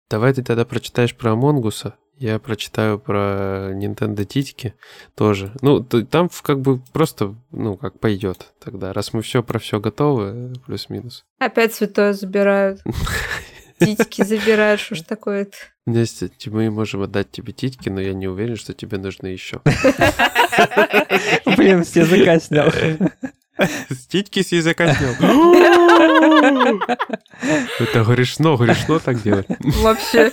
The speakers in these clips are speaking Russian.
Давай ты тогда прочитаешь про Амонгуса, я прочитаю про Nintendo титьки тоже. Ну, там как бы просто, как пойдет тогда, раз мы про все готовы, плюс-минус. Опять святое забирают. Титьки забирают, что ж такое-то? Настя, мы можем отдать тебе титьки, но я не уверен, что тебе нужны еще. Блин, с языка снял. Титьки с языка снял. Это грешно так делать. Вообще.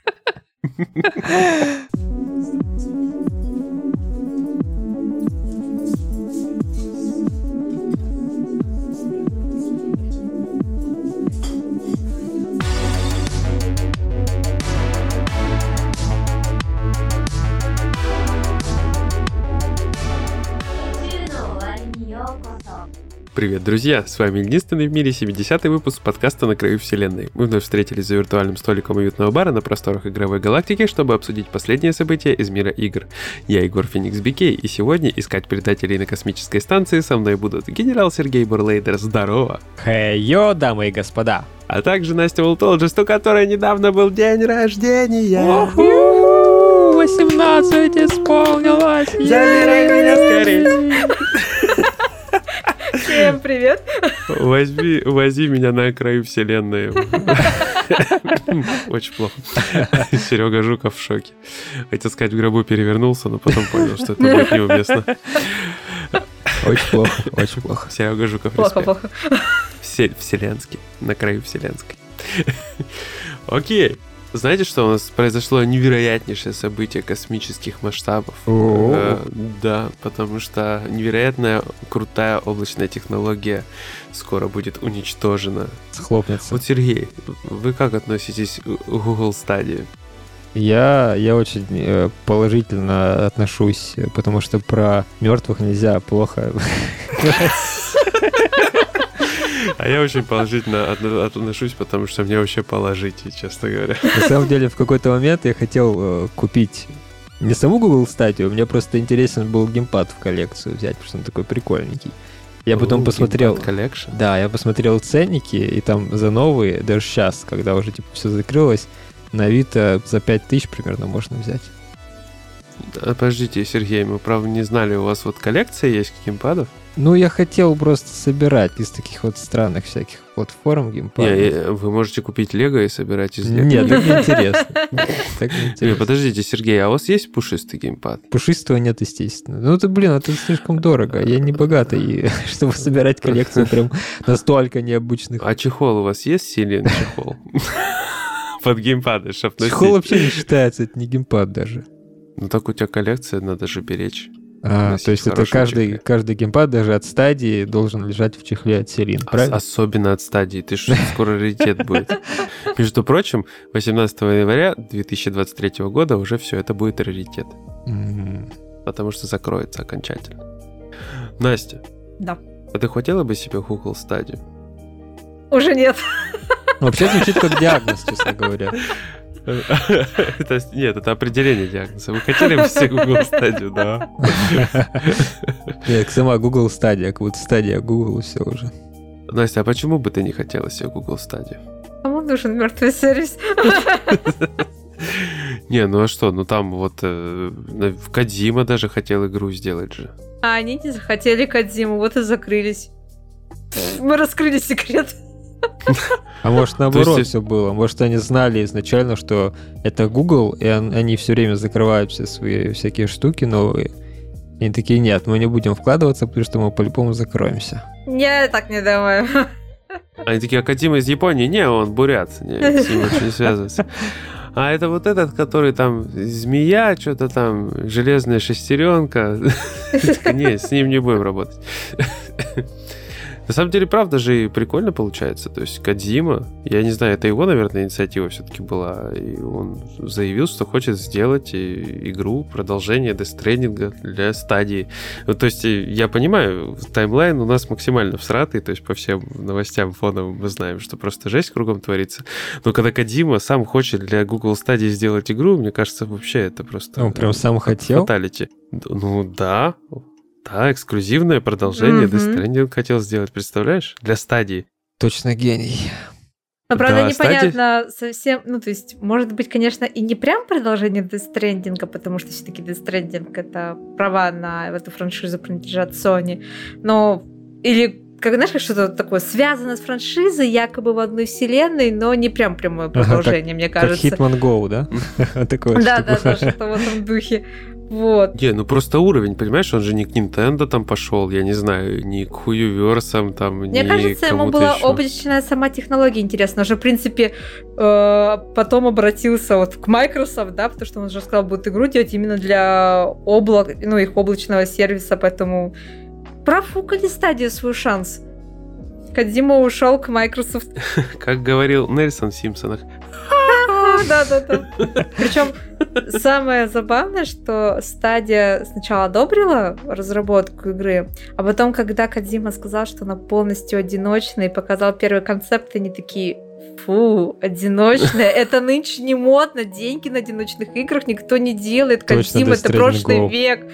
Привет, друзья! С вами единственный в мире 70-й выпуск подкаста «На краю вселенной». Мы вновь встретились за виртуальным столиком уютного бара на просторах игровой галактики, чтобы обсудить последние события из мира игр. Я Егор Феникс Бикей, и сегодня искать предателей на космической станции со мной будут генерал Сергей Бурлейдер, здорово! Хей-йо, дамы и господа! А также Настя Волтолджест, у которой недавно был день рождения! 18 исполнилось! Забирай меня скорее! Всем привет! Вози меня на краю вселенной. Очень плохо. Серега Жуков в шоке. Хотел сказать, в гробу перевернулся, но потом понял, что это будет неуместно. Очень плохо. Серега Жуков, Плохо. Вселенский. На краю вселенской. Окей. Знаете, что у нас произошло невероятнейшее событие космических масштабов? Да, потому что невероятная крутая облачная технология скоро будет уничтожена. Схлопнется. Вот, Сергей, вы как относитесь к Google Stadia? Я очень положительно отношусь, потому что про мертвых нельзя плохо. А я очень положительно отношусь, потому что мне вообще положить, честно говоря. На самом деле, в какой-то момент я хотел купить не саму Google Stadia, мне просто интересен был геймпад в коллекцию взять, потому что он такой прикольненький. Я потом посмотрел... Да, я посмотрел ценники, и там за новые, даже сейчас, когда уже все закрылось, на Авито за 5000 примерно можно взять. Подождите, Сергей, мы, правда, не знали, у вас вот коллекция есть геймпадов? Ну, я хотел просто собирать из таких вот странных всяких платформ геймпадов. Вы можете купить Лего и собирать из Лего. Нет, так неинтересно. Нет, подождите, Сергей, а у вас есть пушистый геймпад? Пушистого нет, естественно. Ну, это слишком дорого. Я не богатый, чтобы собирать коллекцию прям настолько необычных. А чехол у вас есть, силен чехол? Под геймпады, чтоб носить. Чехол вообще не считается, это не геймпад даже. Ну, так у тебя коллекция, надо же беречь. То есть это каждый геймпад даже от стадии должен лежать в чехле от Селин, правильно? Особенно от стадии, ты что, скоро раритет будет. Между прочим, 18 января 2023 года уже все это будет раритет. Потому что закроется окончательно. Настя. Да. А ты хотела бы себе Google Stadia? Уже нет. Вообще звучит как диагноз, честно говоря. Нет, это определение диагноза. Вы хотели бы себе Google Stadia, да? Нет, сама Google Stadia, как будто стадия Google, все уже. Настя, а почему бы ты не хотела себе Google Stadia? Кому нужен мертвый сервис? Не, ну а что, ну там вот Кодзима даже хотел игру сделать же. А они не захотели Кодзиму, вот и закрылись. Мы раскрыли секрет. А может, наоборот все было? Может, они знали изначально, что это Google, и они все время закрывают все свои всякие штуки новые. И они такие, нет, мы не будем вкладываться, потому что мы по-любому закроемся. Я так не думаю. Они такие, а Кодзима из Японии? Не, он бурят. С ним лучше не связываться. А это вот этот, который там змея, что-то там, железная шестеренка. Не, с ним не будем работать. На самом деле, правда же и прикольно получается. То есть Кодзима, я не знаю, это его, наверное, инициатива все-таки была. И он заявил, что хочет сделать игру, продолжение Death Stranding для стадии. Ну, то есть я понимаю, таймлайн у нас максимально всратый, то есть по всем новостям фоновым мы знаем, что просто жесть кругом творится. Но когда Кодзима сам хочет для Google Stadia сделать игру, мне кажется, вообще это просто... Он прям сам хотел? Фаталити. Ну да. Да, эксклюзивное продолжение Death Stranding хотел сделать, представляешь? Для стадии. Точно гений. Но, правда, непонятно совсем... Ну, то есть, может быть, конечно, и не прям продолжение Death Stranding, потому что все-таки Death Stranding — это права на эту франшизу принадлежат Sony. Но... Или, как, знаешь, как что-то такое связано с франшизой, якобы в одной вселенной, но не прям прямое продолжение, мне кажется. Как Hitman Go, да? Да, что-то в этом духе. Вот. Не, ну просто уровень, понимаешь, он же не к Nintendo там пошел, я не знаю, ни к Хуюверсам там, Мне кажется, ему была облачная сама технология интересна. Он же, в принципе, потом обратился вот к Microsoft, да, потому что он уже сказал, будет игру делать именно для облак, ну, их облачного сервиса, поэтому профукали стадию свой шанс. Кодзима ушел к Microsoft. Как говорил Нельсон в Симпсонах. Да. Причем самое забавное, что стадия сначала одобрила разработку игры, а потом, когда Кодзима сказал, что она полностью одиночная, и показал первый концепт, они такие: фу, одиночная, это нынче не модно, деньги на одиночных играх никто не делает, Кодзима — это прошлый век.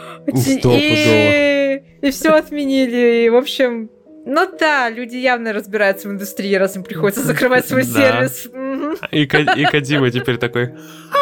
И все отменили, и, в общем... Ну да, люди явно разбираются в индустрии, раз им приходится закрывать свой сервис. И Кодзима теперь такой...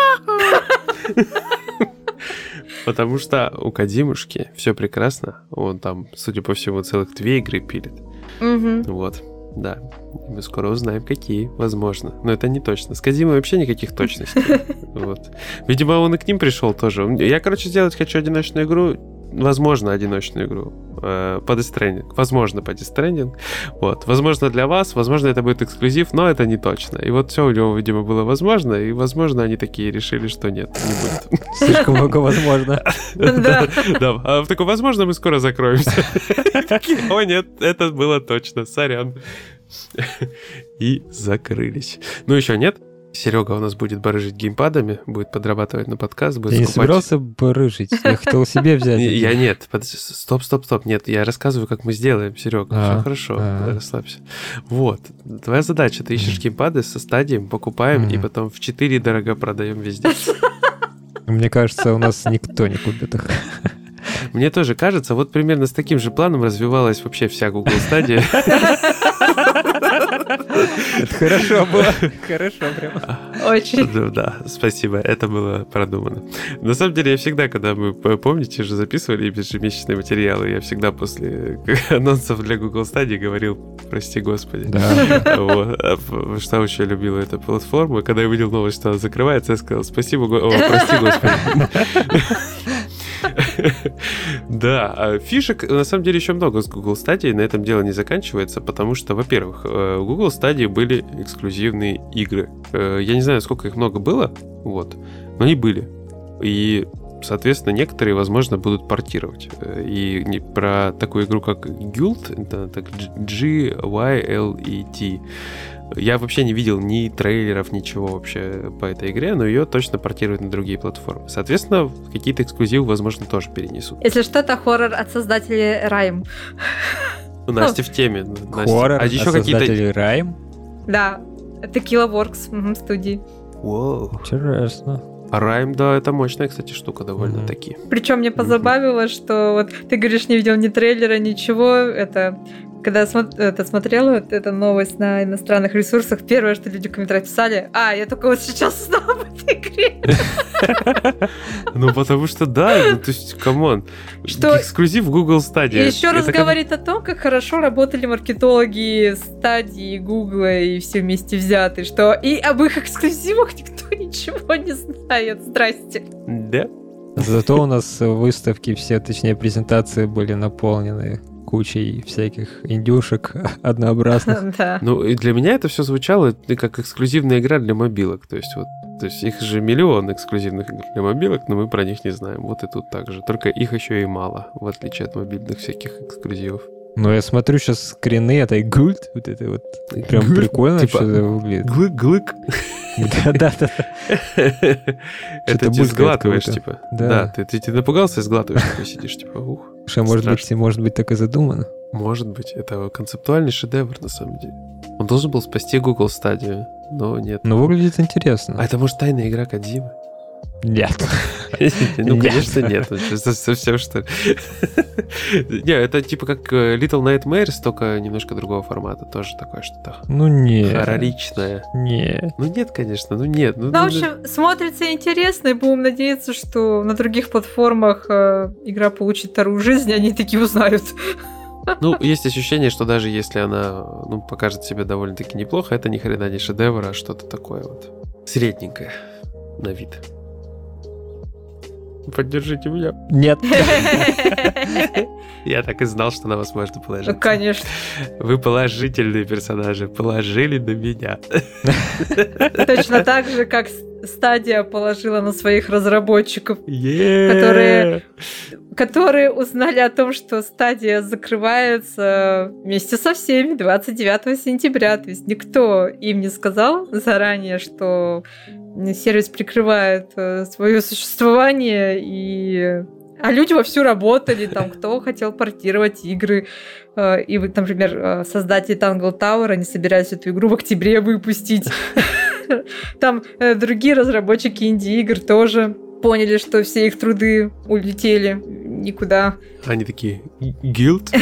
Потому что у Кодзимушки все прекрасно. Он там, судя по всему, целых 2 игры пилит. Вот, да. Мы скоро узнаем, какие, возможно. Но это не точно. С Кодзимой вообще никаких точностей. Вот. Видимо, он и к ним пришел тоже. Я, короче, сделать хочу одиночную игру. Возможно, одиночную игру по Death Stranding. Возможно, по Death Stranding. Вот. Возможно, для вас. Возможно, это будет эксклюзив, но это не точно. И вот все у него, видимо, было возможно. И, возможно, они такие решили, что нет, не будет. Слишком много возможно. Да. А такое, возможно, мы скоро закроемся. О, нет, это было точно. Сорян. И закрылись. Ну, еще нет. Серега у нас будет барыжить геймпадами, будет подрабатывать на подкаст, будет скупать... Я не собирался барыжить, я хотел себе взять. Я нет, стоп, нет, я рассказываю, как мы сделаем, Серега, все хорошо, расслабься. Вот, твоя задача, ты ищешь геймпады со стадием, покупаем, и потом в 4 дорого продаем везде. Мне кажется, у нас никто не купит их. Мне тоже кажется, вот примерно с таким же планом развивалась вообще вся Google Stadia. Это хорошо было. Хорошо прям. Очень. Да, спасибо, это было продумано. На самом деле, я всегда, когда мы, помните, же записывали ежемесячные материалы, я всегда после анонсов для Google Stadia говорил: прости господи. Да. Вот. Что очень любила эту платформу. И когда я увидел новость, что она закрывается, я сказал: спасибо, прости господи. Да, фишек на самом деле еще много с Google Stadia, на этом дело не заканчивается, потому что, во-первых, у Google Stadia были эксклюзивные игры. Я не знаю, сколько их много было, вот, но они были. И, соответственно, некоторые, возможно, будут портировать. И про такую игру, как Gylt, это так Gylet, я вообще не видел ни трейлеров, ничего вообще по этой игре, но ее точно портируют на другие платформы. Соответственно, какие-то эксклюзивы, возможно, тоже перенесут. Если что, это хоррор от создателей Rime. Настя в теме. Хоррор от создателей Rime? Да, это Killaworks студии. Воу. Интересно. А Rime, да, это мощная, кстати, штука довольно-таки. Причем мне позабавило, что вот ты говоришь, не видел ни трейлера, ничего, это... Когда смотрела вот эту новость на иностранных ресурсах, первое, что люди в комментариях писали: я только вот сейчас узнала об этой игре. Ну, потому что, да, то есть, камон, эксклюзив Google Stadia. И еще раз говорит о том, как хорошо работали маркетологи Stadia, Google и все вместе взяты, что и об их эксклюзивах никто ничего не знает. Здрасте. Да. Зато у нас выставки все, точнее, презентации были наполнены кучей всяких индюшек однообразных. Да. Ну, и для меня это все звучало как эксклюзивная игра для мобилок. То есть их же миллион эксклюзивных игр для мобилок, но мы про них не знаем. Вот и тут так же. Только их еще и мало, в отличие от мобильных всяких эксклюзивов. Ну, я смотрю сейчас скрины этой Gylt, вот это вот прям прикольно, типа, что это выглядит. Глык. Да. Это ты сглатываешь, типа. Да, ты напугался и сглатываешь, такой сидишь, типа, ух. Что, может быть, так и задумано? Может быть, это концептуальный шедевр, на самом деле. Он должен был спасти Google Stadia, но нет. Но выглядит интересно. А это, может, тайная игра Кодзимы? Нет. Ну, конечно, нет. Совсем, что ли. Не, это типа как Little Nightmares, только немножко другого формата. Тоже такое что-то. Ну, нет. Хорроричное. Нет. Ну, нет, конечно. Ну, нет. Ну, в общем, смотрится интересно, и будем надеяться, что на других платформах игра получит вторую жизнь, и они таки узнают. Ну, есть ощущение, что даже если она покажет себя довольно-таки неплохо, это ни хрена не шедевр, а что-то такое вот средненькое на вид. Поддержите меня. Нет. Я так и знал, что на вас можно положить. Конечно. Вы положительные персонажи. Положили на меня. Точно так же, как Stadia положила на своих разработчиков, которые узнали о том, что Stadia закрывается вместе со всеми 29 сентября. То есть никто им не сказал заранее, что сервис прикрывает свое существование, а люди вовсю работали, там, кто хотел портировать игры. И, например, создатели Tangle Tower, они собирались эту игру в октябре выпустить. Там другие разработчики инди-игр тоже поняли, что все их труды улетели никуда. Они такие, guild?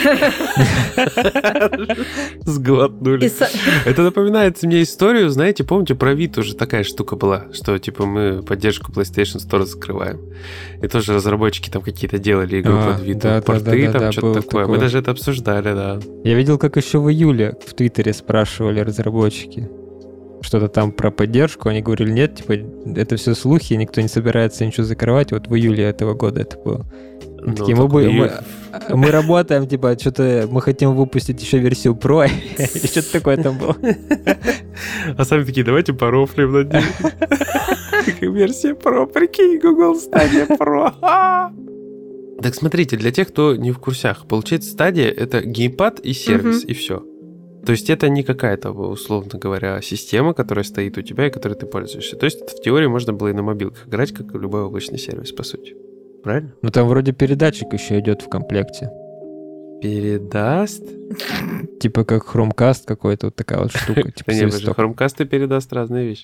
Сглотнули. Это напоминает мне историю, знаете, помните, про Vita уже такая штука была, что типа мы поддержку PlayStation Store закрываем. И тоже разработчики там какие-то делали игру под Vita, порты, там что-то такое. Мы даже это обсуждали, да. Я видел, как еще в июле в Твиттере спрашивали разработчики что-то там про поддержку, они говорили, нет, типа, это все слухи, никто не собирается ничего закрывать. Вот в июле этого года это было. Такие, мы работаем, типа, что-то мы хотим выпустить еще версию Pro, или что-то такое там было. А сами такие, давайте порофлим над ним. Версия Pro, прикинь, Google Stadia Pro. Так смотрите, для тех, кто не в курсах, получается, Stadia — это геймпад и сервис, и все. То есть это не какая-то, условно говоря, система, которая стоит у тебя и которой ты пользуешься. То есть в теории можно было и на мобилках играть, как и любой облачный сервис, по сути. Правильно? Ну там вроде передатчик еще идет в комплекте. Передаст? Типа как Chromecast какой-то, вот такая вот штука. Типа Chromecast и передаст разные вещи.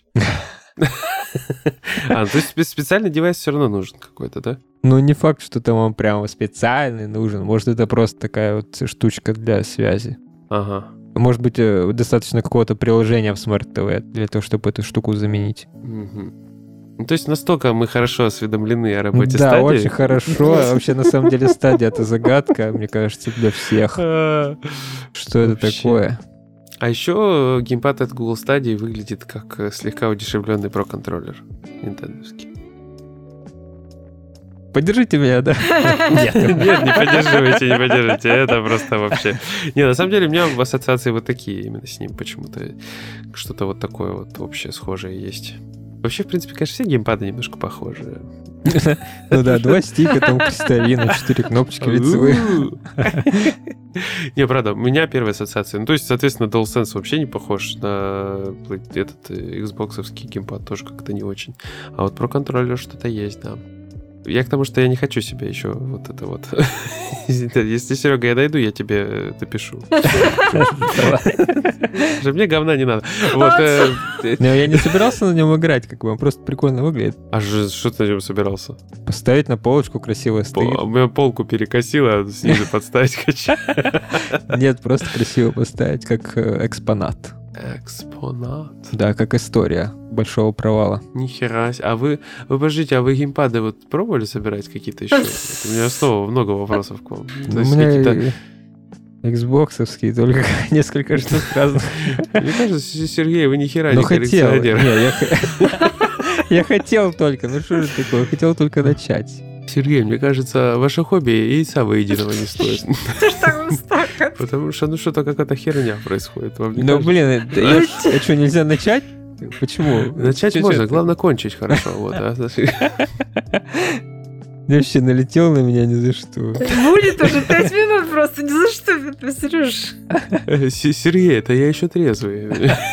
То есть специальный девайс все равно нужен какой-то, да? Ну, не факт, что там он прямо специальный нужен. Может, это просто такая вот штучка для связи. Ага. Может быть, достаточно какого-то приложения в Smart TV для того, чтобы эту штуку заменить. Ну, то есть настолько мы хорошо осведомлены о работе Stadia. Да, очень хорошо. Вообще, на самом деле, Stadia — это загадка, мне кажется, для всех. Что это такое? А еще геймпад от Google Stadia выглядит как слегка удешевленный Pro-контроллер нинтендовский. Поддержите меня, да? Нет, не поддерживайте. Это просто вообще... Не, на самом деле у меня ассоциации вот такие именно с ним почему-то. Что-то вот такое вот общее, схожее есть. Вообще, в принципе, конечно, все геймпады немножко похожи. Ну да, 2 стика, там крестовина, 4 кнопочки лицевые. Не, правда, у меня первая ассоциация. Ну, то есть, соответственно, DualSense вообще не похож на этот Xbox-овский геймпад, тоже как-то не очень. А вот про контроллер что-то есть, да. Я к тому, что я не хочу себе еще вот это вот. Если, Серега, я найду, я тебе допишу. Мне говна не надо. Я не собирался на нем играть, как бы он просто прикольно выглядит. А что ты на нем собирался? Поставить на полочку, красиво стоит. У меня полку перекосило, а снизу подставить хочу. Нет, просто красиво поставить, как экспонат. Экспонат? Да, как история большого провала. Нихера себе. А вы подождите, а вы геймпады вот пробовали собирать какие-то еще? У меня снова много вопросов к вам. У меня Xbox-овские, только несколько штук разных. Мне кажется, Сергей, вы нихера не коллекционер. Я хотел только, ну что же такое, хотел только начать. Сергей, мне кажется, ваше хобби яйца воединого не стоит. Потому что, ну, что-то какая-то херня происходит. Ну, блин, а что, нельзя начать? Почему? Начать можно, главное кончить хорошо. Вообще налетел на меня ни за что. Будет уже 5 минут просто, ни за что, Сереж. Сергей, это я еще трезвый.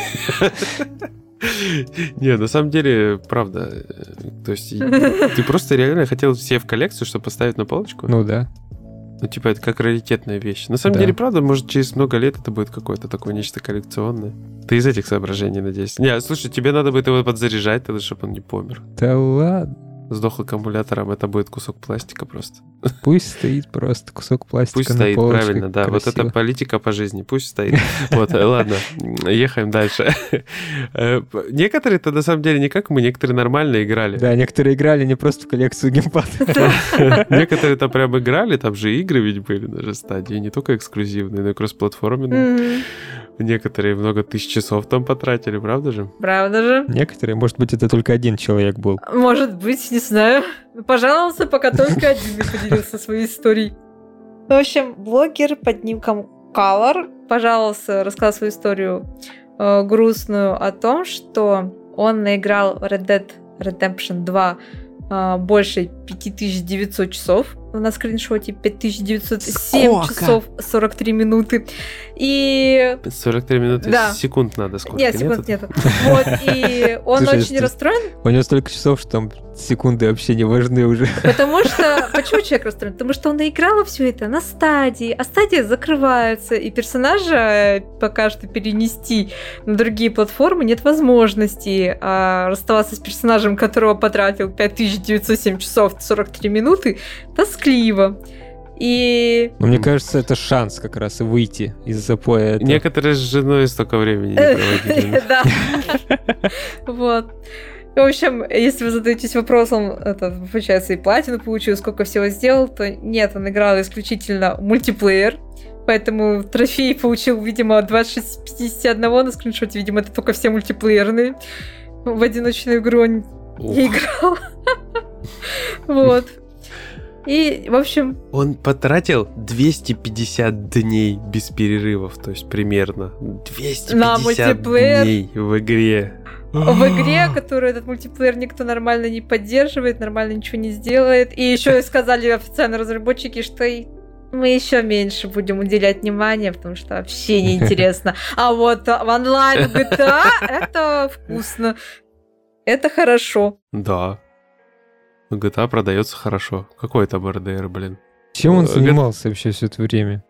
Не, на самом деле, правда. То есть, ты просто реально хотел все в коллекцию, чтобы поставить на полочку? Ну да. Ну, типа, это как раритетная вещь. На самом деле, правда, может, через много лет это будет какое-то такое нечто коллекционное. Ты из этих соображений, надеюсь. Не, слушай, тебе надо будет его подзаряжать, тогда, чтобы он не помер. Да ладно. сдох аккумулятором, это будет кусок пластика просто. Пусть стоит просто кусок пластика. Пусть стоит, правильно, да. Красиво. Вот это политика по жизни, пусть стоит. Вот, ладно, ехаем дальше. Некоторые-то на самом деле не как мы, некоторые нормально играли. Да, некоторые играли не просто в коллекцию геймпада. Некоторые там прям играли, там же игры ведь были на же стадии, не только эксклюзивные, но и кроссплатформенные. Некоторые много тысяч часов там потратили, правда же? Правда же. Некоторые, может быть, это только один человек был. Может быть, не знаю. Пожаловался, пока только один не поделился своей историей. В общем, блогер под ником Color пожаловался, рассказал свою историю грустную о том, что он наиграл Red Dead Redemption 2 больше 5900 часов. На скриншоте 5907 часов 43 минуты. И... 43 минуты, да. Секунд надо сколько? Нет, секунд нету. Вот, и он очень расстроен. У него столько часов, что там секунды вообще не важны уже. Потому что... Почему человек расстроен? Потому что он наиграл все это на стадии, а стадии закрываются, и персонажа пока что перенести на другие платформы нет возможности. А расставаться с персонажем, которого потратил 5907 часов 43 минуты, тоскливо. И... Мне кажется, это шанс как раз выйти из запоя. Некоторые с женой столько времени не проводили. Да. Вот. В общем, если вы задаетесь вопросом, это, получается, и платину получил, сколько всего сделал, то нет, он играл исключительно мультиплеер, поэтому трофей получил, видимо, 26/51 на скриншоте, видимо, это только все мультиплеерные. В одиночную игру он не играл. Вот. И, в общем... Он потратил 250 дней без перерывов, то есть примерно 250 дней в игре. В игре, которую этот мультиплеер никто нормально не поддерживает, нормально ничего не сделает. И еще сказали официально разработчики, что мы еще меньше будем уделять внимания, потому что вообще неинтересно. А вот в онлайн GTA это вкусно. Это хорошо. Да. GTA продается хорошо. Какой там РДР, блин? Чем он занимался вообще все это время?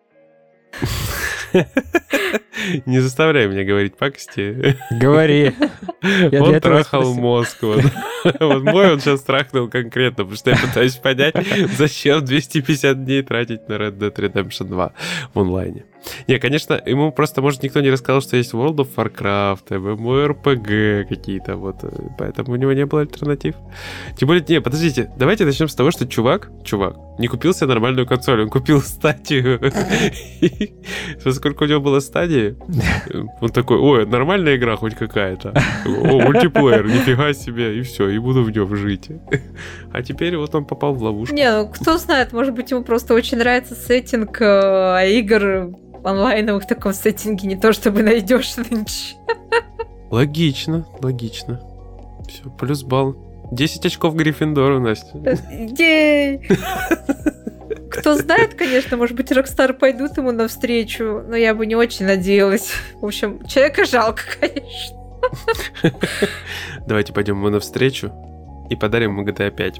Не заставляй меня говорить пакости. Говори. Он трахал мозг. Вот мой он сейчас трахнул конкретно, потому что я пытаюсь понять, зачем 250 дней тратить на Red Dead Redemption 2 в онлайне. Не, конечно, ему просто, может, никто не рассказал, что есть World of Warcraft, MMORPG какие-то, вот, поэтому у него не было альтернатив. Тем более, не, подождите, давайте начнем с того, что чувак не купил себе нормальную консоль, он купил стадию. Поскольку у него была стадия, он такой, ой, нормальная игра хоть какая-то. О, мультиплеер, нифига себе, и все, и буду в нем жить. А теперь вот он попал в ловушку. Не, ну кто знает, может быть, ему просто очень нравится сеттинг игр онлайновых в таком сеттинге, не то чтобы найдешь нынче. Логично. Все, плюс балл. 10 очков Гриффиндору, Настя. Ей! Кто знает, конечно, может быть, Rockstar пойдут ему навстречу, но я бы не очень надеялась. В общем, человека жалко, конечно. Давайте пойдем ему навстречу и подарим ему GTA 5.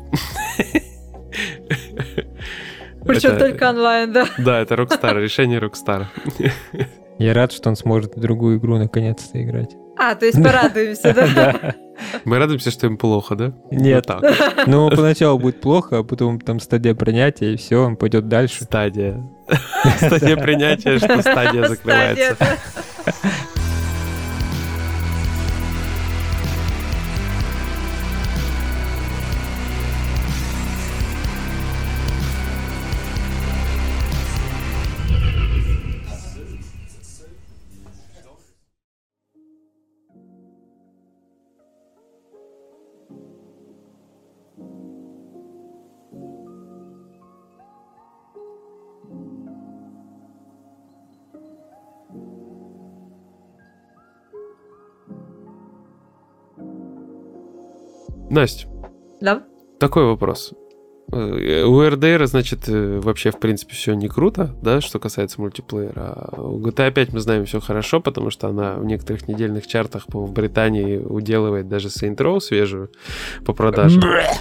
Причем только онлайн, да? Да, это Rockstar, решение Rockstar. Я рад, что он сможет в другую игру наконец-то играть. А, то есть порадуемся, да? Мы радуемся, что им плохо, да? Нет. Ну, поначалу будет плохо, а потом там стадия принятия, и все, он пойдет дальше. Стадия принятия, что стадия закрывается. Настя. Да? Такой вопрос. У РДР, значит, вообще, в принципе, все не круто, да, что касается мультиплеера. А у GTA 5 мы знаем все хорошо, потому что она в некоторых недельных чартах, по-моему, в Британии уделывает даже Saints Row свежую по продаже.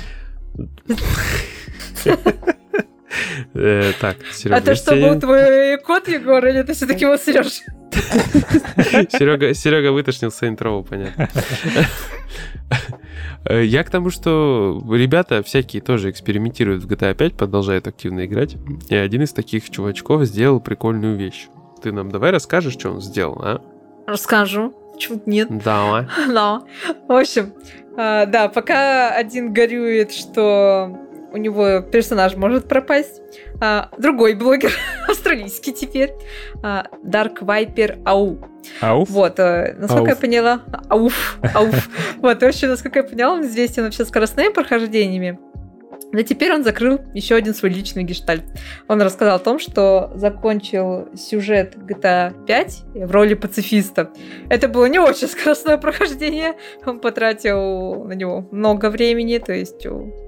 Так, Серега. А то что, был твой кот, Егор, или ты все-таки его срешь? Серега вытошнил Saints Row, понятно. Я к тому, что ребята всякие тоже экспериментируют в GTA 5, продолжают активно играть. И один из таких чувачков сделал прикольную вещь. Ты нам давай расскажешь, что он сделал, а? Расскажу. Почему нет? Давай. Да. В общем, да, пока один горюет, что у него персонаж может пропасть, другой блогер, австралийский теперь, Dark Viper Ау. Ауф? Вот, насколько я поняла... Ауф. Вот, вообще, насколько я поняла, он известен вообще скоростными прохождениями. Но теперь он закрыл еще один свой личный гештальт. Он рассказал о том, что закончил сюжет GTA 5 в роли пацифиста. Это было не очень скоростное прохождение. Он потратил на него много времени, то есть...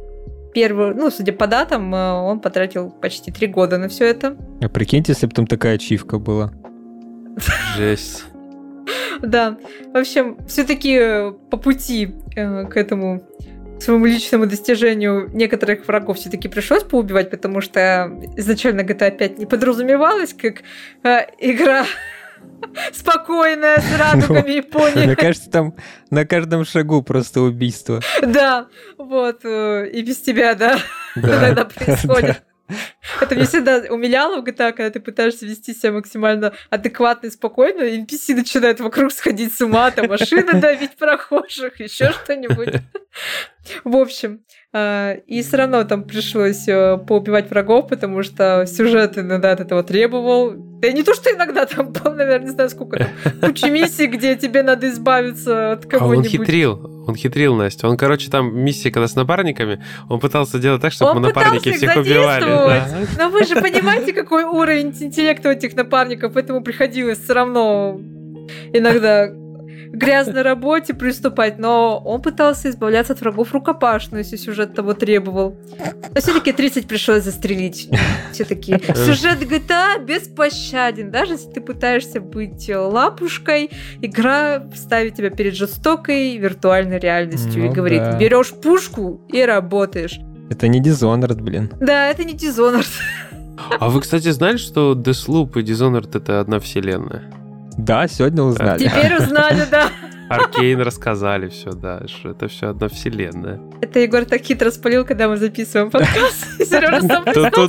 судя по датам, он потратил почти 3 года на все это. А прикиньте, если бы там такая ачивка была. Жесть. Да. В общем, все-таки по пути к этому своему личному достижению некоторых врагов все-таки пришлось поубивать, потому что изначально GTA 5 не подразумевалась как игра спокойная, с радугами и пони. Мне кажется, там на каждом шагу просто убийство. Да, вот. И без тебя, да, иногда происходит. Это меня всегда умиляло в GTA, когда ты пытаешься вести себя максимально адекватно и спокойно, и NPC начинают вокруг сходить с ума, там машины давить прохожих, еще что-нибудь. В общем, и все равно там пришлось поубивать врагов, потому что сюжет иногда от этого требовал. Да и не то, что иногда там был, наверное, не знаю сколько там, куча миссий, где тебе надо избавиться от кого-нибудь. Он хитрил, Настя. Он, короче, там миссии, когда с напарниками, он пытался делать так, чтобы напарники всех убивали. Да? Но вы же понимаете, какой уровень интеллекта у этих напарников, поэтому приходилось все равно иногда к грязной работе приступать, но он пытался избавляться от врагов рукопашно, если сюжет того требовал. Но все-таки 30 пришлось застрелить. Все-таки сюжет GTA беспощаден. Даже если ты пытаешься быть лапушкой, игра ставит тебя перед жестокой виртуальной реальностью и говорит, берешь пушку и работаешь. Это не Dishonored, блин. Да, это не Dishonored. А вы, кстати, знали, что Deathloop и Dishonored — это одна вселенная? Да, сегодня узнали. Теперь узнали, да. Arkane рассказали все, да, что это все одна вселенная. Это Егор так хитро спалил, когда мы записываем подкаст. Сережа сам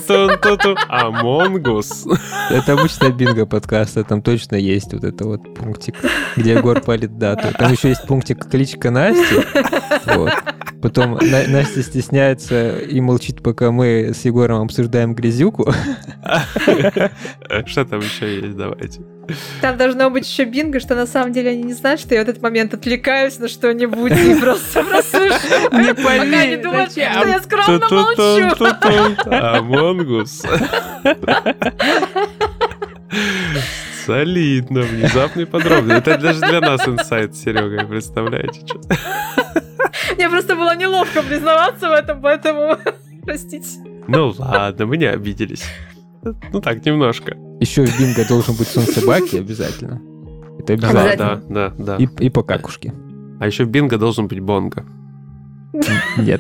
Among Us. Это обычная бинго-подкаста, там точно есть вот это вот пунктик, где Егор палит дату. Там еще есть пунктик кличка Насти. Вот. Потом Настя стесняется и молчит, пока мы с Егором обсуждаем грязюку. Что там еще есть, давайте. Там должно быть еще бинго, что на самом деле они не знают, что я в этот момент отвлекаюсь на что-нибудь и просто прослушаю. Не пока не думают, что я скромно молчу. Among Us. Солидно, внезапный подробный. Это даже для нас инсайт с Серегой, представляете? Что? Мне просто было неловко признаваться в этом, поэтому простите. Ну ладно, мы не обиделись. Ну так, немножко. Еще в бинго должен быть сон собаки обязательно. Это обязательно. Да. И по какушке. А еще в бинго должен быть бонго. Нет.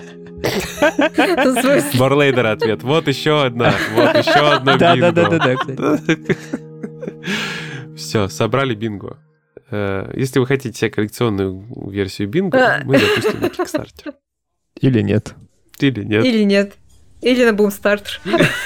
Барлейдер ответ. Вот еще одна бинго. Да, кстати. Все, собрали бинго. Если вы хотите себе коллекционную версию бинго, мы запустим на Kickstarter. Или нет. Или на Boomstarter.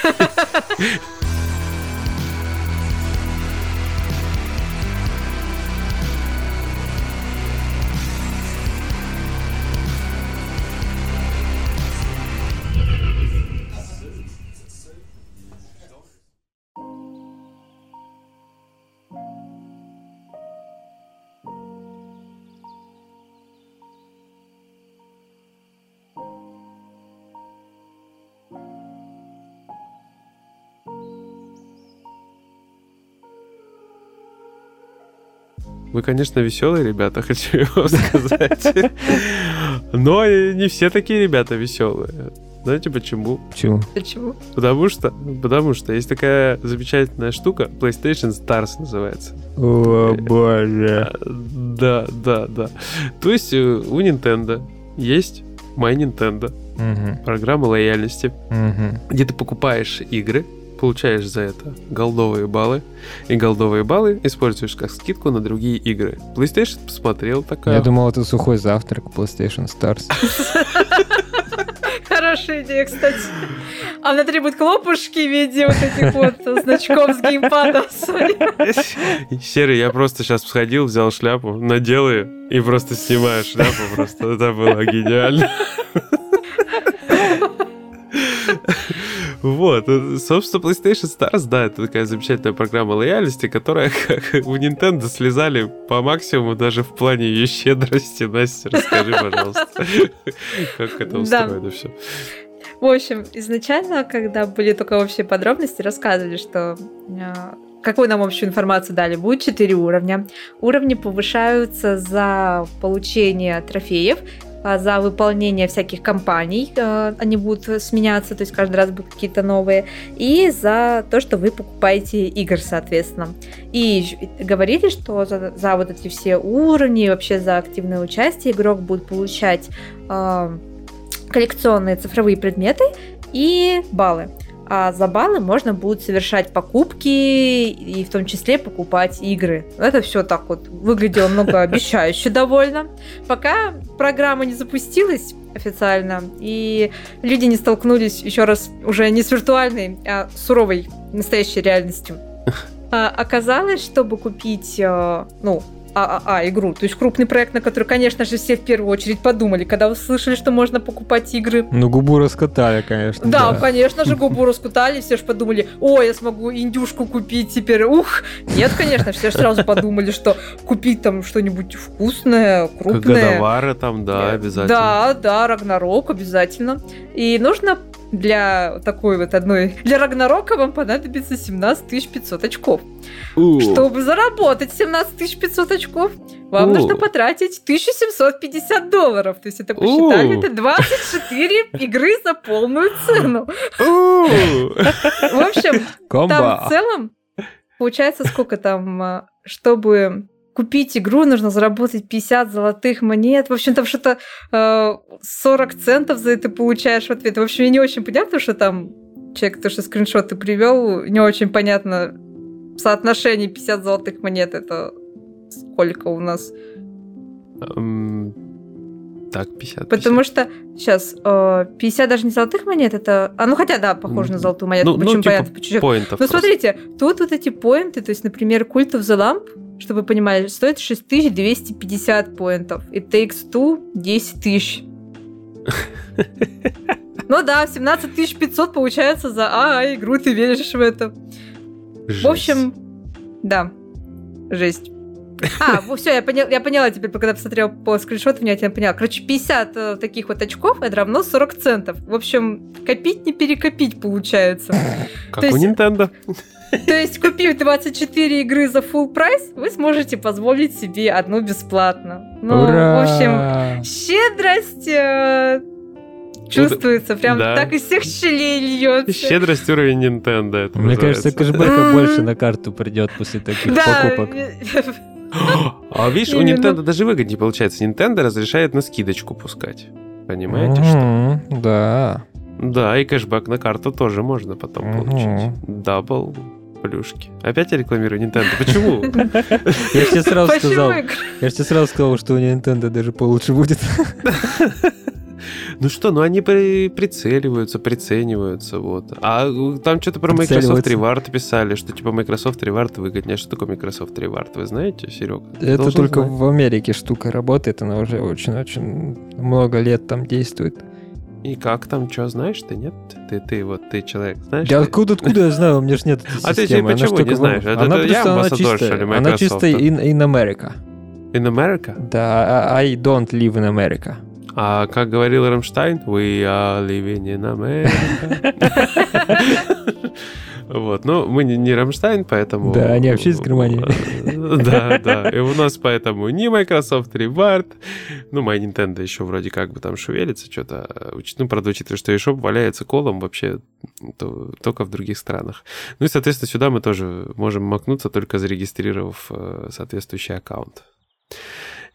Вы, конечно, веселые ребята, хочу вам сказать. Но не все такие ребята веселые. Знаете почему? Почему? Потому что есть такая замечательная штука, PlayStation Stars называется. О, боже. Да. То есть у Nintendo есть My Nintendo, программа лояльности, где ты покупаешь игры получаешь за это голдовые баллы, и голдовые баллы используешь как скидку на другие игры. PlayStation посмотрел такая... Я думал, это сухой завтрак PlayStation Stars. Хорошая идея, кстати. А внутри будут кнопочки в виде вот этих вот значков с геймпада. Серый, я просто сейчас сходил, взял шляпу, надел ее и просто снимаю шляпу. Просто это было гениально. Вот, собственно, PlayStation Stars, да, это такая замечательная программа лояльности, которая, как в Nintendo, слезали по максимуму даже в плане ее щедрости. Настя, расскажи, пожалуйста, как это устроено все. В общем, изначально, когда были только общие подробности, рассказывали, что какую нам общую информацию дали. Будет 4 уровня. Уровни повышаются за получение трофеев, за выполнение всяких кампаний, они будут сменяться, то есть каждый раз будут какие-то новые, и за то, что вы покупаете игр, соответственно. И говорили, что за вот эти все уровни, вообще за активное участие игрок будет получать коллекционные цифровые предметы и баллы. А за баллы можно будет совершать покупки и в том числе покупать игры. Это все так вот выглядело многообещающе довольно. Пока программа не запустилась официально, и люди не столкнулись еще раз уже не с виртуальной, а с суровой настоящей реальностью. Оказалось, чтобы купить, игру. То есть крупный проект, на который, конечно же, все в первую очередь подумали, когда услышали, что можно покупать игры. Ну, губу раскатали, конечно. Да, конечно же, губу раскатали, все же подумали, я смогу индюшку купить теперь. Нет, конечно, все же сразу подумали, что купить там что-нибудь вкусное, крупное. Годовары там, да, обязательно. Да, Рагнарок обязательно. И нужно для такой вот одной... Для Рагнарока вам понадобится 17 500 очков. Чтобы заработать 17 500 очков, вам нужно потратить $1750. То есть это посчитали, это 24 игры за полную цену. В общем, там в целом получается сколько там, чтобы... Купить игру, нужно заработать 50 золотых монет. В общем, там что-то 40 центов за это получаешь в ответ. В общем, я не очень понятно, что там человек, то, что скриншоты привел, не очень понятно соотношение 50 золотых монет. Это сколько у нас? Так, 50. Потому что сейчас 50 даже не золотых монет, это... хотя, да, похоже на золотую монету. Почему типа понятно? Поинтов. Но смотрите, тут вот эти поинты, то есть, например, Cult of the Lamp, чтобы вы понимали, стоит 6250 поинтов. И Takes Two 10 тысяч. Ну да, 17 500 получается за игру, ты веришь в это. Жесть. В общем, да, жесть. Все, я поняла теперь, когда посмотрела по скриншоту, я тебя поняла. Короче, 50 таких вот очков, это равно 40 центов. В общем, копить не перекопить получается. Как у Nintendo. То есть, купив 24 игры за full прайс, вы сможете позволить себе одну бесплатно. Ура! В общем, щедрость чувствуется, прям так из всех щелей льется. Щедрость уровень Nintendo. Мне кажется, кэшбэка больше на карту придет после таких покупок. А видишь, у Nintendo даже выгоднее получается. Nintendo разрешает на скидочку пускать. Понимаете, что? Да. Да, и кэшбэк на карту тоже можно потом получить. Дабл плюшки. Опять я рекламирую Nintendo. Почему? Я же тебе сразу сказал, что у Nintendo даже получше будет. Ну что, они прицениваются, вот. А там что-то про Microsoft Reward писали, что типа Microsoft Reward выгоднее. Что такое Microsoft Reward? Вы знаете, Серега? Это только в Америке штука работает, она уже очень-очень много лет там действует. И как там, что, знаешь ты, нет? Ты человек, знаешь? Да откуда я знаю, у меня же нет этой системы. А ты почему не знаешь? Она чисто in America. In America? Да, I don't live in America. А как говорил Рамштайн, we are living in America. Вот, мы не Рамштайн, поэтому... Да, они вообще из Германии. Да, и у нас поэтому не Microsoft Reward, My Nintendo еще вроде как бы там шевелится что-то, правда, учитывая, что eShop валяется колом вообще только в других странах. И, соответственно, сюда мы тоже можем макнуться, только зарегистрировав соответствующий аккаунт.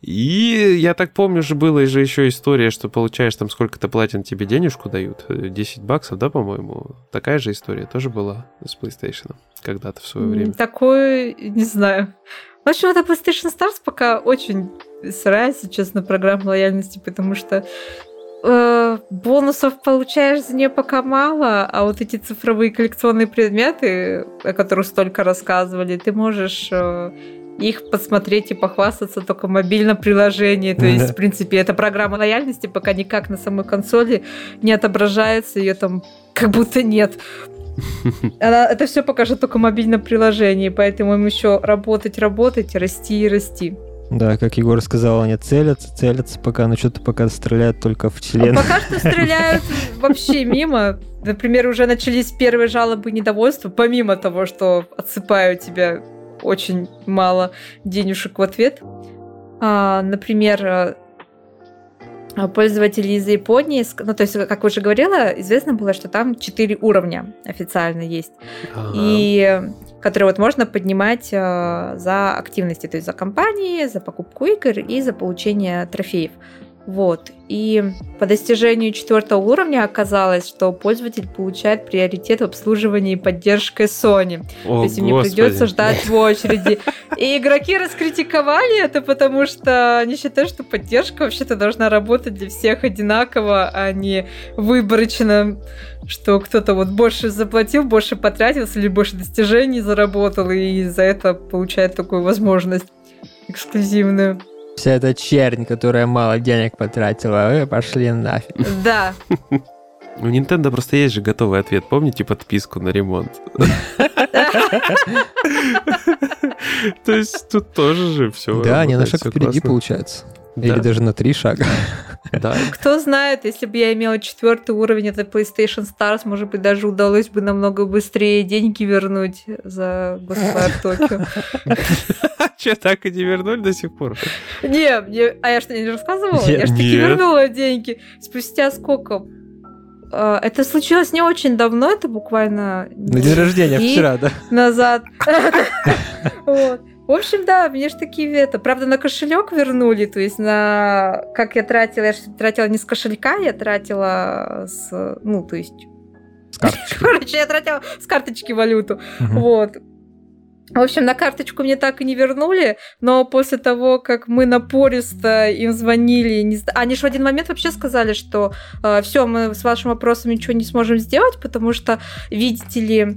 И я так помню, же была же еще история, что получаешь там сколько-то платин, тебе денежку дают, $10, да, по-моему? Такая же история тоже была с PlayStation когда-то в свое время. Такое, не знаю. В общем, это PlayStation Stars пока очень сырая сейчас на программу лояльности, потому что бонусов получаешь за нее пока мало, а вот эти цифровые коллекционные предметы, о которых столько рассказывали, ты можешь их посмотреть и похвастаться только в мобильном приложении. То есть, в принципе, эта программа лояльности пока никак на самой консоли не отображается, ее там как будто нет. Это все покажет только в мобильном приложении, поэтому им еще работать, расти и расти. Да, как Егор сказал, они целятся пока, но что-то пока стреляют только в член. Пока что стреляют вообще мимо. Например, уже начались первые жалобы и недовольства, помимо того, что отсыпают тебя очень мало денежек в ответ. Например, пользователи из Японии, ну, то есть, как уже говорила, известно было, что там 4 уровня официально есть. И которые вот можно поднимать за активности, то есть за компании, за покупку игр и за получение трофеев. Вот. И по достижению 4 уровня оказалось, что пользователь получает приоритет в обслуживании и поддержкой Sony. То есть им не придется ждать в очереди. И игроки раскритиковали это, потому что они считают, что поддержка вообще-то должна работать для всех одинаково, а не выборочно, что кто-то вот больше заплатил, больше потратился или больше достижений заработал, и за это получает такую возможность эксклюзивную. Вся эта чернь, которая мало денег потратила, пошли нафиг. Да. У Nintendo просто есть же готовый ответ. Помните подписку на ремонт? То есть тут тоже же все. Да, они на шаг впереди, получается. Или даже на 3 шага. Да. Кто знает, если бы я имела 4 уровень этой PlayStation Stars, может быть, даже удалось бы намного быстрее деньги вернуть за Ghostwire Tokyo. Че, так и не вернули до сих пор? Не, а я что, не рассказывала? Я же таки вернула деньги. Спустя сколько? Это случилось не очень давно, это буквально... На день рождения вчера, да? Назад. Вот. В общем, да, мне же такие это. Правда, на кошелек вернули, то есть на... Как я тратила не с кошелька, я тратила с... Ну, то есть... С карточки. Короче, я тратила с карточки валюту. Вот. В общем, на карточку мне так и не вернули, но после того, как мы напористо им звонили, они же в один момент вообще сказали, что все, мы с вашим вопросом ничего не сможем сделать, потому что, видите ли,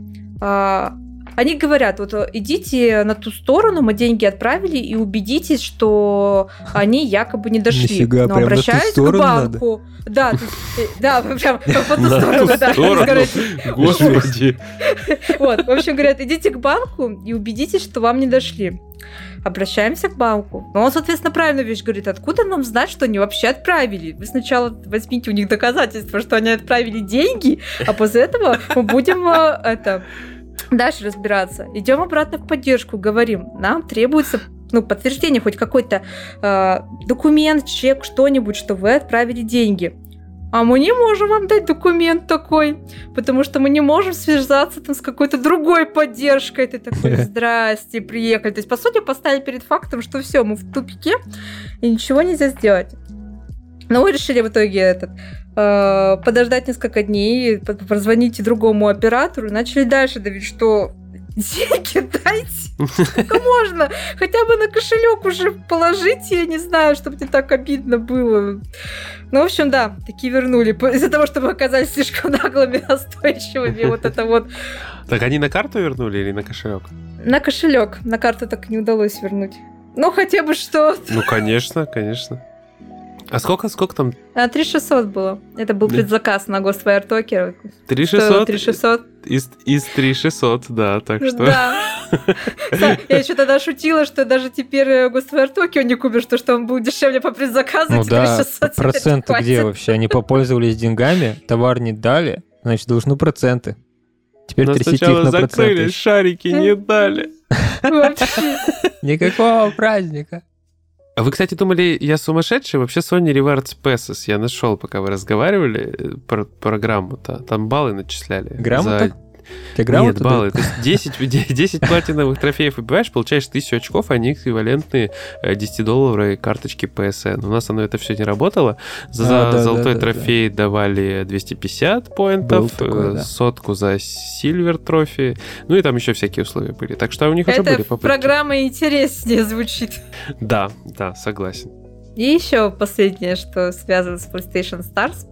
они говорят, вот идите на ту сторону, мы деньги отправили, и убедитесь, что они якобы не дошли. Нифига, но обращаюсь к банку. Надо? Да, прям по ту сторону, да. Господи. Вот, в общем, говорят, идите к банку и убедитесь, что вам не дошли. Обращаемся к банку. Но он, соответственно, правильную вещь говорит, откуда нам знать, что они вообще отправили? Вы сначала возьмите у них доказательства, что они отправили деньги, а после этого мы будем дальше разбираться. Идем обратно в поддержку, говорим, нам требуется подтверждение, хоть какой-то документ, чек, что-нибудь, что вы отправили деньги. А мы не можем вам дать документ такой, потому что мы не можем связаться там с какой-то другой поддержкой. Ты такой, здрасте, приехали. То есть, по сути, поставили перед фактом, что все, мы в тупике, и ничего нельзя сделать. Но мы решили в итоге подождать несколько дней, позвонить другому оператору, и начали дальше давить, что деньги дайте, сколько можно, хотя бы на кошелек уже положите, я не знаю, чтобы не так обидно было. Ну, в общем, да, такие вернули, из-за того, что мы оказались слишком наглыми, настойчивыми, вот это вот. Так они на карту вернули или на кошелек? На кошелек, на карту так и не удалось вернуть. Ну, хотя бы что-то. Ну, конечно. А сколько там? 3600 было. Это был предзаказ на Ghostwire Tokyo. 3600? 3600. Из 3600, да, так что... Да. Я еще тогда шутила, что даже теперь Ghostwire Tokyo не купишь, потому что он был дешевле по предзаказу. Ну да, проценты где вообще? Они попользовались деньгами, товар не дали, значит, должны проценты. Теперь трясите их на проценты. Закрыли, шарики не дали. Вообще. Никакого праздника. А вы, кстати, думали, я сумасшедший? Вообще Sony Rewards Passes я нашел, пока вы разговаривали про программу-то. Там баллы начисляли. Грамота? Нет, баллы. То есть 10 платиновых трофеев выбиваешь, получаешь 1000 очков, они эквивалентны $10 карточки PSN. У нас оно это все не работало. За золотой трофей давали 250 поинтов, сотку за Silver трофи, ну и там еще всякие условия были. Так что у них уже были попытки. Эта программа интереснее звучит. Да, согласен. И еще последнее, что связано с PlayStation Stars.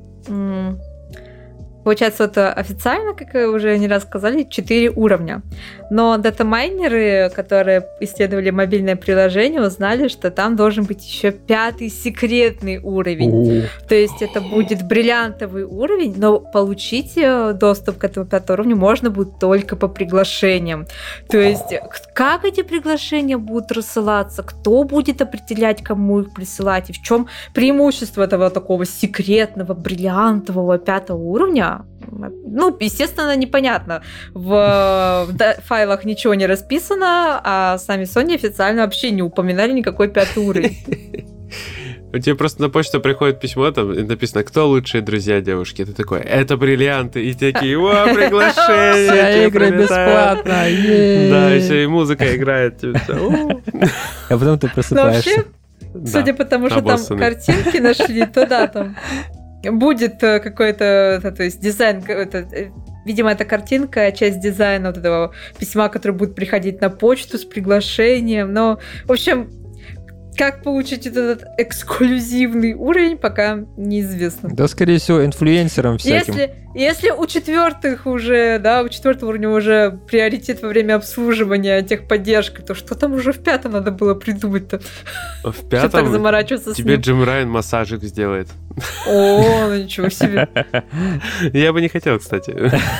Получается, вот официально, как уже не раз сказали, 4 уровня. Но датамайнеры, которые исследовали мобильное приложение, узнали, что там должен быть еще 5-й секретный уровень. То есть это будет бриллиантовый уровень, но получить доступ к этому 5-му уровню можно будет только по приглашениям. То есть как эти приглашения будут рассылаться, кто будет определять, кому их присылать, и в чем преимущество этого такого секретного бриллиантового 5-го уровня? Ну, естественно, непонятно. В файлах ничего не расписано, а сами Sony официально вообще не упоминали никакой 5-й уровень. У тебя просто на почту приходит письмо, там написано, кто лучшие друзья девушки. Ты такой, это бриллианты. И такие, о, приглашение. Все игры бесплатно. Да, и все, и музыка играет. А потом ты просыпаешься. Судя по тому, что там картинки нашли, то да, там будет какой-то, то есть дизайн, видимо, это картинка, часть дизайна вот этого письма, которое будет приходить на почту с приглашением. Но, в общем, как получить этот эксклюзивный уровень, пока неизвестно. Да, скорее всего, инфлюенсерам всяким. Если у 4-х уже, да, у 4-го уровня уже приоритет во время обслуживания техподдержки, то что там уже в 5-м надо было придумать-то? В 5-м так заморачиваться тебе Джим Райан массажик сделает. О, ну ничего себе. Я бы не хотел, кстати.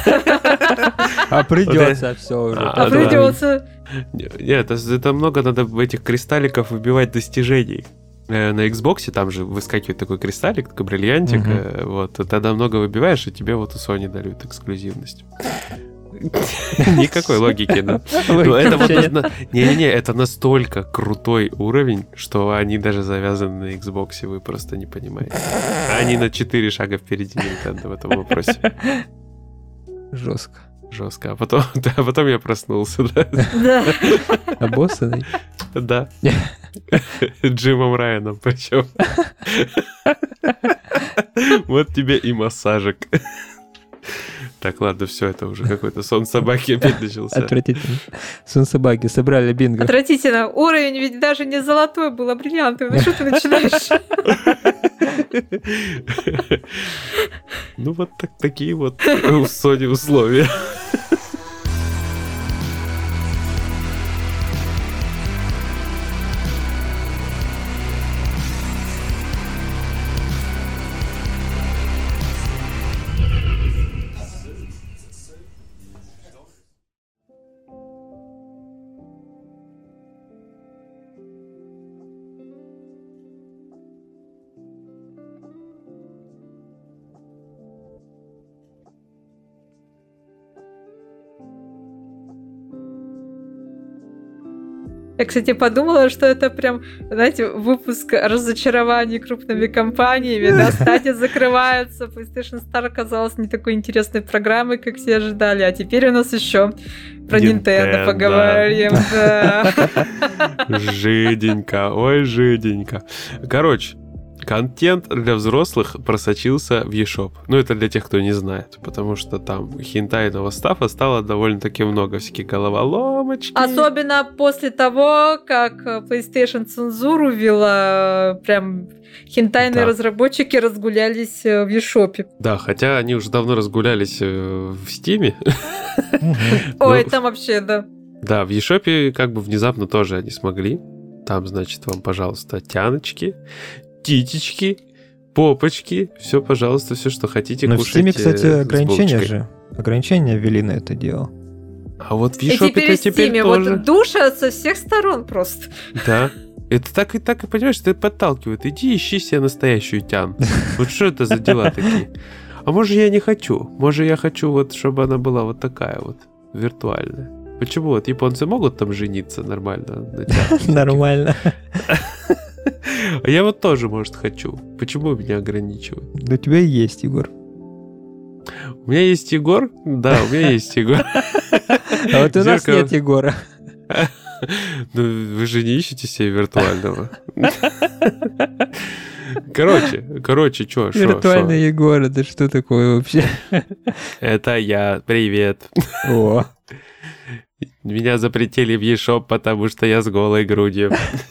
А придется все уже. А придется. Нет, это много надо этих кристалликов выбивать достижений. На Xbox там же выскакивает такой кристаллик, такой бриллиантик. Вот, тогда много выбиваешь, и тебе вот у Sony дают эксклюзивность. Никакой логики, да. Не-не-не, это настолько крутой уровень, что они даже завязаны на Xbox, вы просто не понимаете. Они на 4 шага впереди Nintendo в этом вопросе. Жестко. А потом я проснулся, да? Да. Обоссанный? Да. Джимом Райаном причем. Вот тебе и массажик. Так, ладно, все, это уже какой-то сон собаки опять начался. Отвратительно. Сон собаки, собрали бинго. Отвратительно. Уровень ведь даже не золотой был, а бриллиантовый. Ну что ты начинаешь? Ну вот такие вот у Sony условия. Я, кстати, подумала, что это прям, знаете, выпуск разочарований крупными компаниями, да, Stadia закрывается, PlayStation Star оказалась не такой интересной программой, как все ожидали, а теперь у нас еще про Nintendo поговорим, да. Жиденько, ой, жиденько. Короче, контент для взрослых просочился в eShop. Ну, это для тех, кто не знает, потому что там хентайного стафа стало довольно-таки много, всякие головоломочки. Особенно после того, как PlayStation цензуру ввела, прям хентайные разработчики разгулялись в eShop. Да, хотя они уже давно разгулялись в Steam. Ой, там вообще, да. Да, в eShop как бы внезапно тоже они смогли. Там, значит, вам, пожалуйста, тяночки, титечки, попочки, все, пожалуйста, все, что хотите, но кушайте. Но в Steam, кстати, ограничения ввели на это дело. А вот в eShop-то теперь Steam, тоже. Вот душат со всех сторон просто. Да. Это так и понимаешь, это подталкивает. Иди ищи себе настоящую тян. Вот что это за дела такие? А может, я не хочу? Может, я хочу, вот, чтобы она была вот такая вот, виртуальная. Почему? Вот японцы могут там жениться нормально? Нормально. А я вот тоже, может, хочу. Почему меня ограничивают? Да у тебя и есть, Егор. У меня есть Егор? Да, у меня есть Егор. А вот у нас нет Егора. Ну, вы же не ищете себе виртуального. Короче, что? Виртуальный Егор, это что такое вообще? Это я, привет. О. Меня запретили в eShop, потому что я с голой грудью.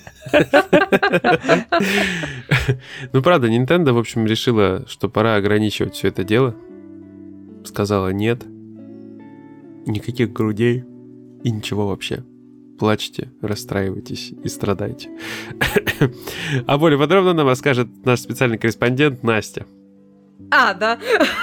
Ну, правда, Nintendo, в общем, решила, что пора ограничивать все это дело. Сказала нет. Никаких грудей и ничего вообще. Плачьте, расстраивайтесь и страдайте. А более подробно нам расскажет наш специальный корреспондент Настя. А, да.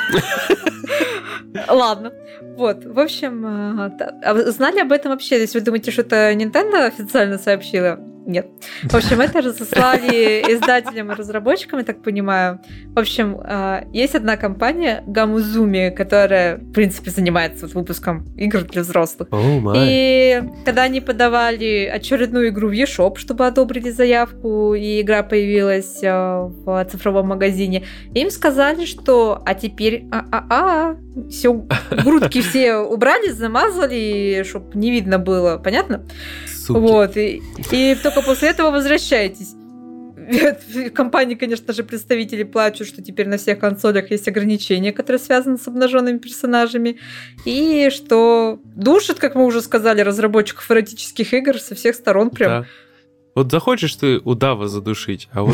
Ладно. Вот, в общем, знали об этом вообще? Если вы думаете, что это Nintendo официально сообщила? Нет. В общем, это разослали издателям и разработчикам, я так понимаю. В общем, есть одна компания, Gamuzumi, которая, в принципе, занимается выпуском игр для взрослых. И когда они подавали очередную игру в eShop, чтобы одобрили заявку, и игра появилась в цифровом магазине, им сказали, что а теперь все, грудки все убрали, замазали, чтобы не видно было, понятно? Суки. Вот, и только после этого возвращайтесь. В компании, конечно же, представители плачут, что теперь на всех консолях есть ограничения, которые связаны с обнаженными персонажами, и что душит, как мы уже сказали, разработчиков эротических игр со всех сторон прям. Да. Вот захочешь ты удава задушить, а вот...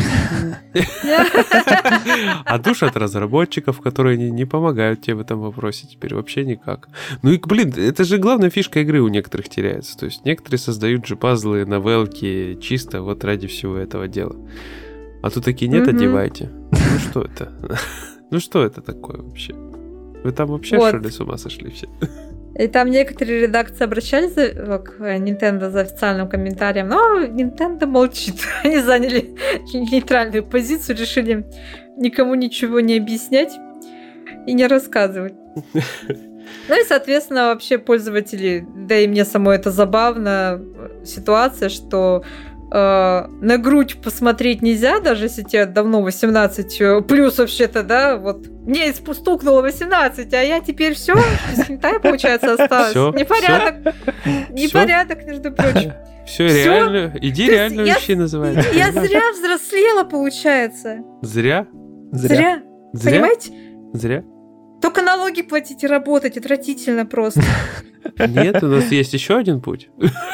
А душат разработчиков, которые не помогают тебе в этом вопросе теперь вообще никак. Ну и, блин, это же главная фишка игры у некоторых теряется. То есть некоторые создают же пазлы, новелки чисто вот ради всего этого дела. А тут такие нет, одевайте. Ну что это? Ну что это такое вообще? Вы там вообще, что ли, с ума сошли все? И там некоторые редакции обращались к Nintendo за официальным комментарием, но Nintendo молчит. Они заняли нейтральную позицию, решили никому ничего не объяснять и не рассказывать. Ну и, соответственно, вообще пользователи, да и мне самой это забавно, ситуация, что на грудь посмотреть нельзя, даже если тебе давно 18 плюс вообще-то, да, вот мне стукнуло 18, а я теперь все без хентай, получается, осталось. Всё, непорядок. Непорядок, между прочим. Все реально. Иди реально вещи называть. Я зря взрослела, получается. Зря? Понимаете? Зря? Только налоги платить и работать. Отвратительно просто. Нет, у нас есть еще один путь.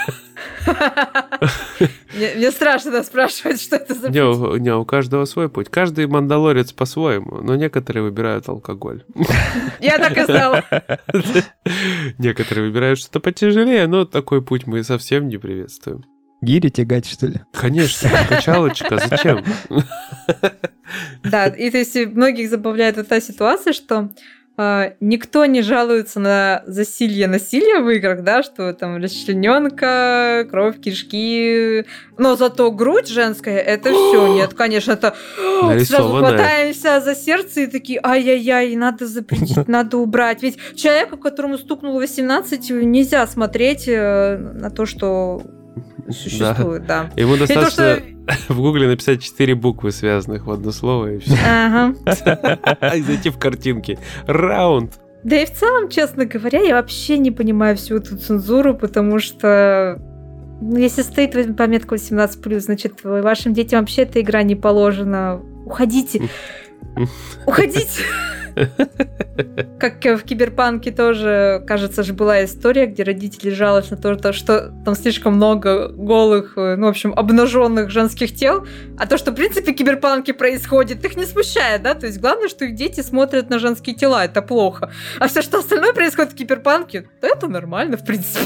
Мне страшно спрашивать, что это за путь. Не, у каждого свой путь. Каждый мандалорец по-своему, но некоторые выбирают алкоголь. Я так и знала. Некоторые выбирают что-то потяжелее, но такой путь мы совсем не приветствуем. Гири тягать, что ли? Конечно, качалочка, зачем? Да, и то есть многих забавляет эта ситуация, что никто не жалуется на насилие в играх, да, что там расчлененка, кровь, кишки, но зато грудь женская, это все нет, конечно, это сразу хватаемся за сердце и такие, ай-яй-яй, надо запретить, надо убрать, ведь человеку, которому стукнуло 18, нельзя смотреть на то, что существует, да. Ему достаточно в гугле написать 4 буквы, связанных в одно слово, и все. Ага. И зайти в картинки. Раунд. Да и в целом, честно говоря, я вообще не понимаю всю эту цензуру, потому что если стоит пометка 18+, значит, вашим детям вообще эта игра не положена. Уходите. Уходите. Как в Киберпанке тоже, кажется же, была история, где родители жаловались на то, что там слишком много голых, ну, в общем, обнаженных женских тел, а то, что, в принципе, в Киберпанке происходит, их не смущает, да, то есть главное, что их дети смотрят на женские тела, это плохо, а все, что остальное происходит в Киберпанке, то это нормально, в принципе.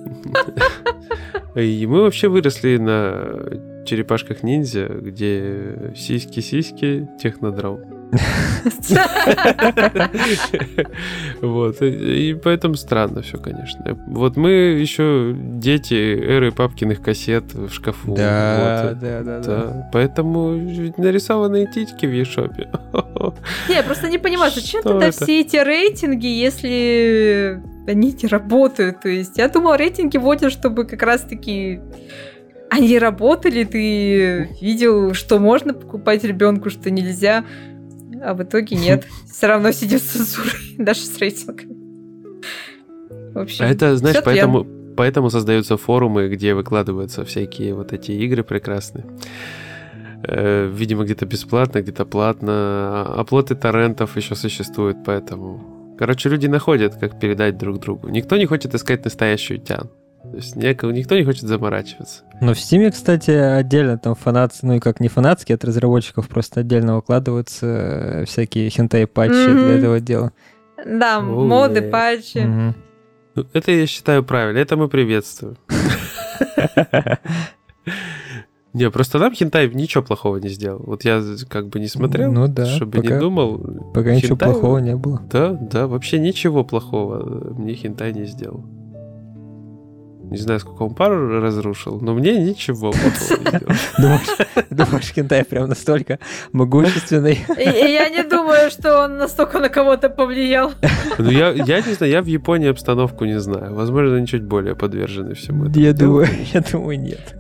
И мы вообще выросли на черепашках-ниндзя, где сиськи-сиськи, технодром. Вот, и поэтому странно все, конечно. Вот мы еще дети эры папкиных кассет в шкафу. Да. Поэтому нарисованные титьки в eShop. Не, я просто не понимаю, зачем тогда все эти рейтинги, если они не работают. То есть я думала, рейтинги вводят, чтобы как раз-таки они работали, ты видел, что можно покупать ребенку, что нельзя. а в итоге нет. Все равно сидит с цензурой, даже с рейтингами. В общем, это, знаешь, поэтому создаются форумы, где выкладываются всякие вот эти игры прекрасные. Видимо, где-то бесплатно, где-то платно. Оплоты торрентов еще существуют, поэтому... Короче, люди находят, как передать друг другу. Никто не хочет искать настоящую тян. То есть никто не хочет заморачиваться. Но в Steam, кстати, отдельно там ну и как не фанатские от разработчиков, просто отдельно выкладываются всякие хентай-патчи для этого дела. Да, моды, патчи. Это, я считаю, правильно. Это мы приветствуем. Не, просто нам хентай ничего плохого не сделал. Вот я как бы не смотрел, чтобы не думал. Пока ничего плохого не было. Да, вообще ничего плохого мне хентай не сделал. Не знаю, сколько он пару разрушил, но мне ничего плохого не сделал. Думаешь, хентай прям настолько могущественный? Я не думаю, что он настолько на кого-то повлиял. Ну, я не знаю, я в Японии обстановку не знаю. Возможно, они чуть более подвержены всему этому. Я думаю, нет.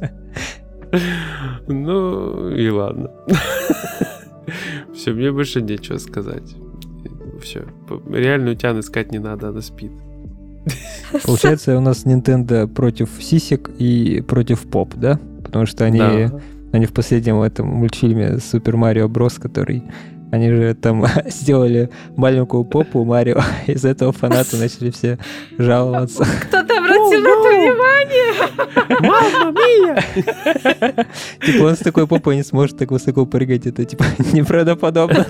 Ну, и ладно. Все, мне больше нечего сказать. Все. Реальную тян искать не надо, она спит. Получается, у нас Nintendo против сисек и против поп, да? Потому что они в последнем этом мультфильме Super Mario Bros., который... Они же там сделали маленькую попу Марио, из-за этого фанаты начали все жаловаться. Кто-то обратил на это внимание! Мама мия! Типа он с такой попой не сможет так высоко прыгать, это типа неправдоподобно.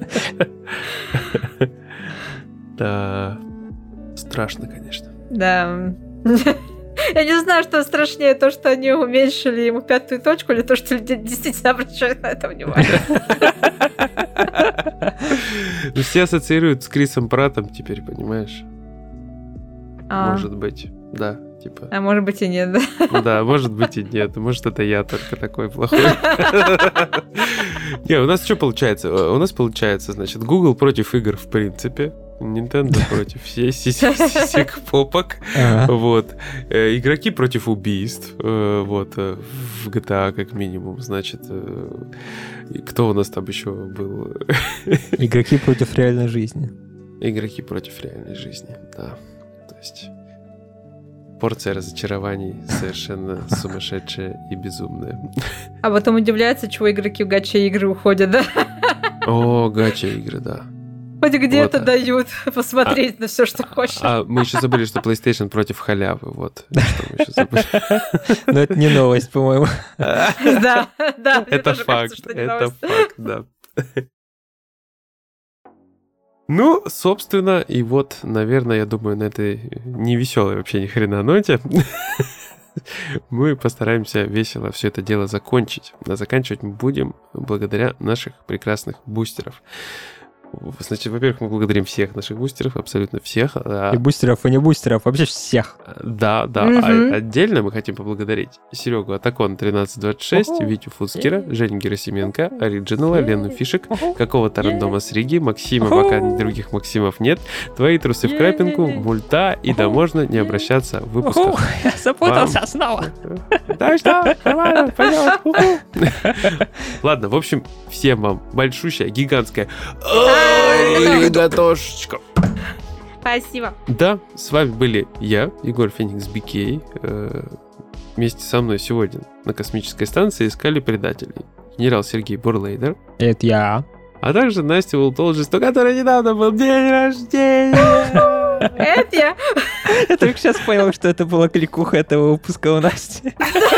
Да, страшно, конечно. Да. Я не знаю, что страшнее, то, что они уменьшили ему пятую точку, или то, что люди действительно обращают на это внимание. Ну, все ассоциируют с Крисом Праттом теперь, понимаешь? Может быть, да, типа. А может быть и нет, да? Да, может быть и нет. Может, это я только такой плохой. Не, у нас что получается? У нас получается, значит, Google против игр в принципе. Nintendo против сисек попок. Вот. Игроки против убийств. Вот. В GTA как минимум. Значит, кто у нас там еще был? Игроки против реальной жизни. Игроки против реальной жизни, да. То есть порция разочарований совершенно сумасшедшая и безумная. А потом удивляется, чего игроки в гача-игры уходят, да? О, гача-игры, да. Хоть где-то дают посмотреть на все, что хочешь. А мы еще забыли, что PlayStation против халявы. Вот. Что мы еще забыли. Но это не новость, по-моему. Да. Это факт. Это факт, да. Ну, собственно, и вот, наверное, я думаю, на этой невеселой вообще ни хрена ноте мы постараемся весело все это дело закончить. А заканчивать мы будем благодаря наших прекрасных бустеров. Значит, во-первых, мы благодарим всех наших бустеров, абсолютно всех. И бустеров, и не бустеров, вообще всех. Да. А отдельно мы хотим поблагодарить Серегу Атакон 1326, Витю Фуцкера, Женю Герасименко, Ориджинала, Лену Фишек, какого-то рандома с Риги, Максима, пока других Максимов нет, твои трусы в крапинку, Мульта, и да можно не обращаться в выпусках. Я запутался снова. Да что? Нормально, пойдет. Ладно, в общем, всем вам большущая, гигантская готовочка. Спасибо. Да, с вами были я, Егор Феникс Бикей. Вместе со мной сегодня на космической станции искали предателей. Генерал Сергей Бурлейдер. Это я. А также Настя Ултолжест, у которой недавно был день рождения. Это я. Я только сейчас понял, что это была кликуха этого выпуска у Насти.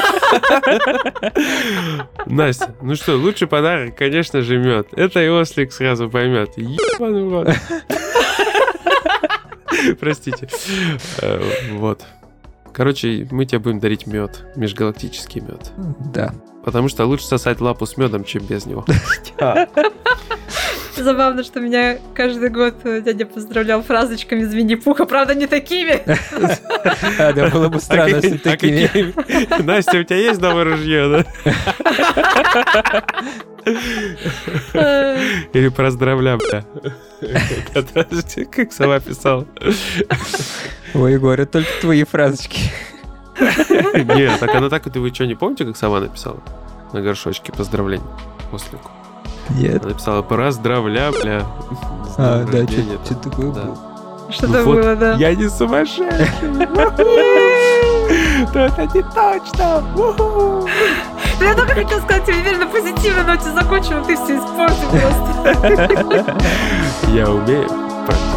Настя, ну что, лучший подарок, конечно же, мед. Это и ослик сразу поймет. Ебаный рот. Простите. Вот. Короче, мы тебе будем дарить мед, межгалактический мед. Да. Потому что лучше сосать лапу с медом, чем без него. Забавно, что меня каждый год дядя поздравлял фразочками из Винни-Пуха, правда, не такими. Да, было бы странно, если такими. Настя, у тебя есть новое ружье, да? Или поздравляю, бля. Как сама писала. Ой, Егор, это только твои фразочки. Нет, так она так, вы что, не помните, как сама написала? На горшочке поздравления ослику. Нет. Она написала «Поздравля, бля». Да, что-то такое было. Что-то было, да. Я не сумасшедший. То это не точно. Я только хотела сказать, теперь на позитивной ноте закончим, а ты все испортил просто. Я умею.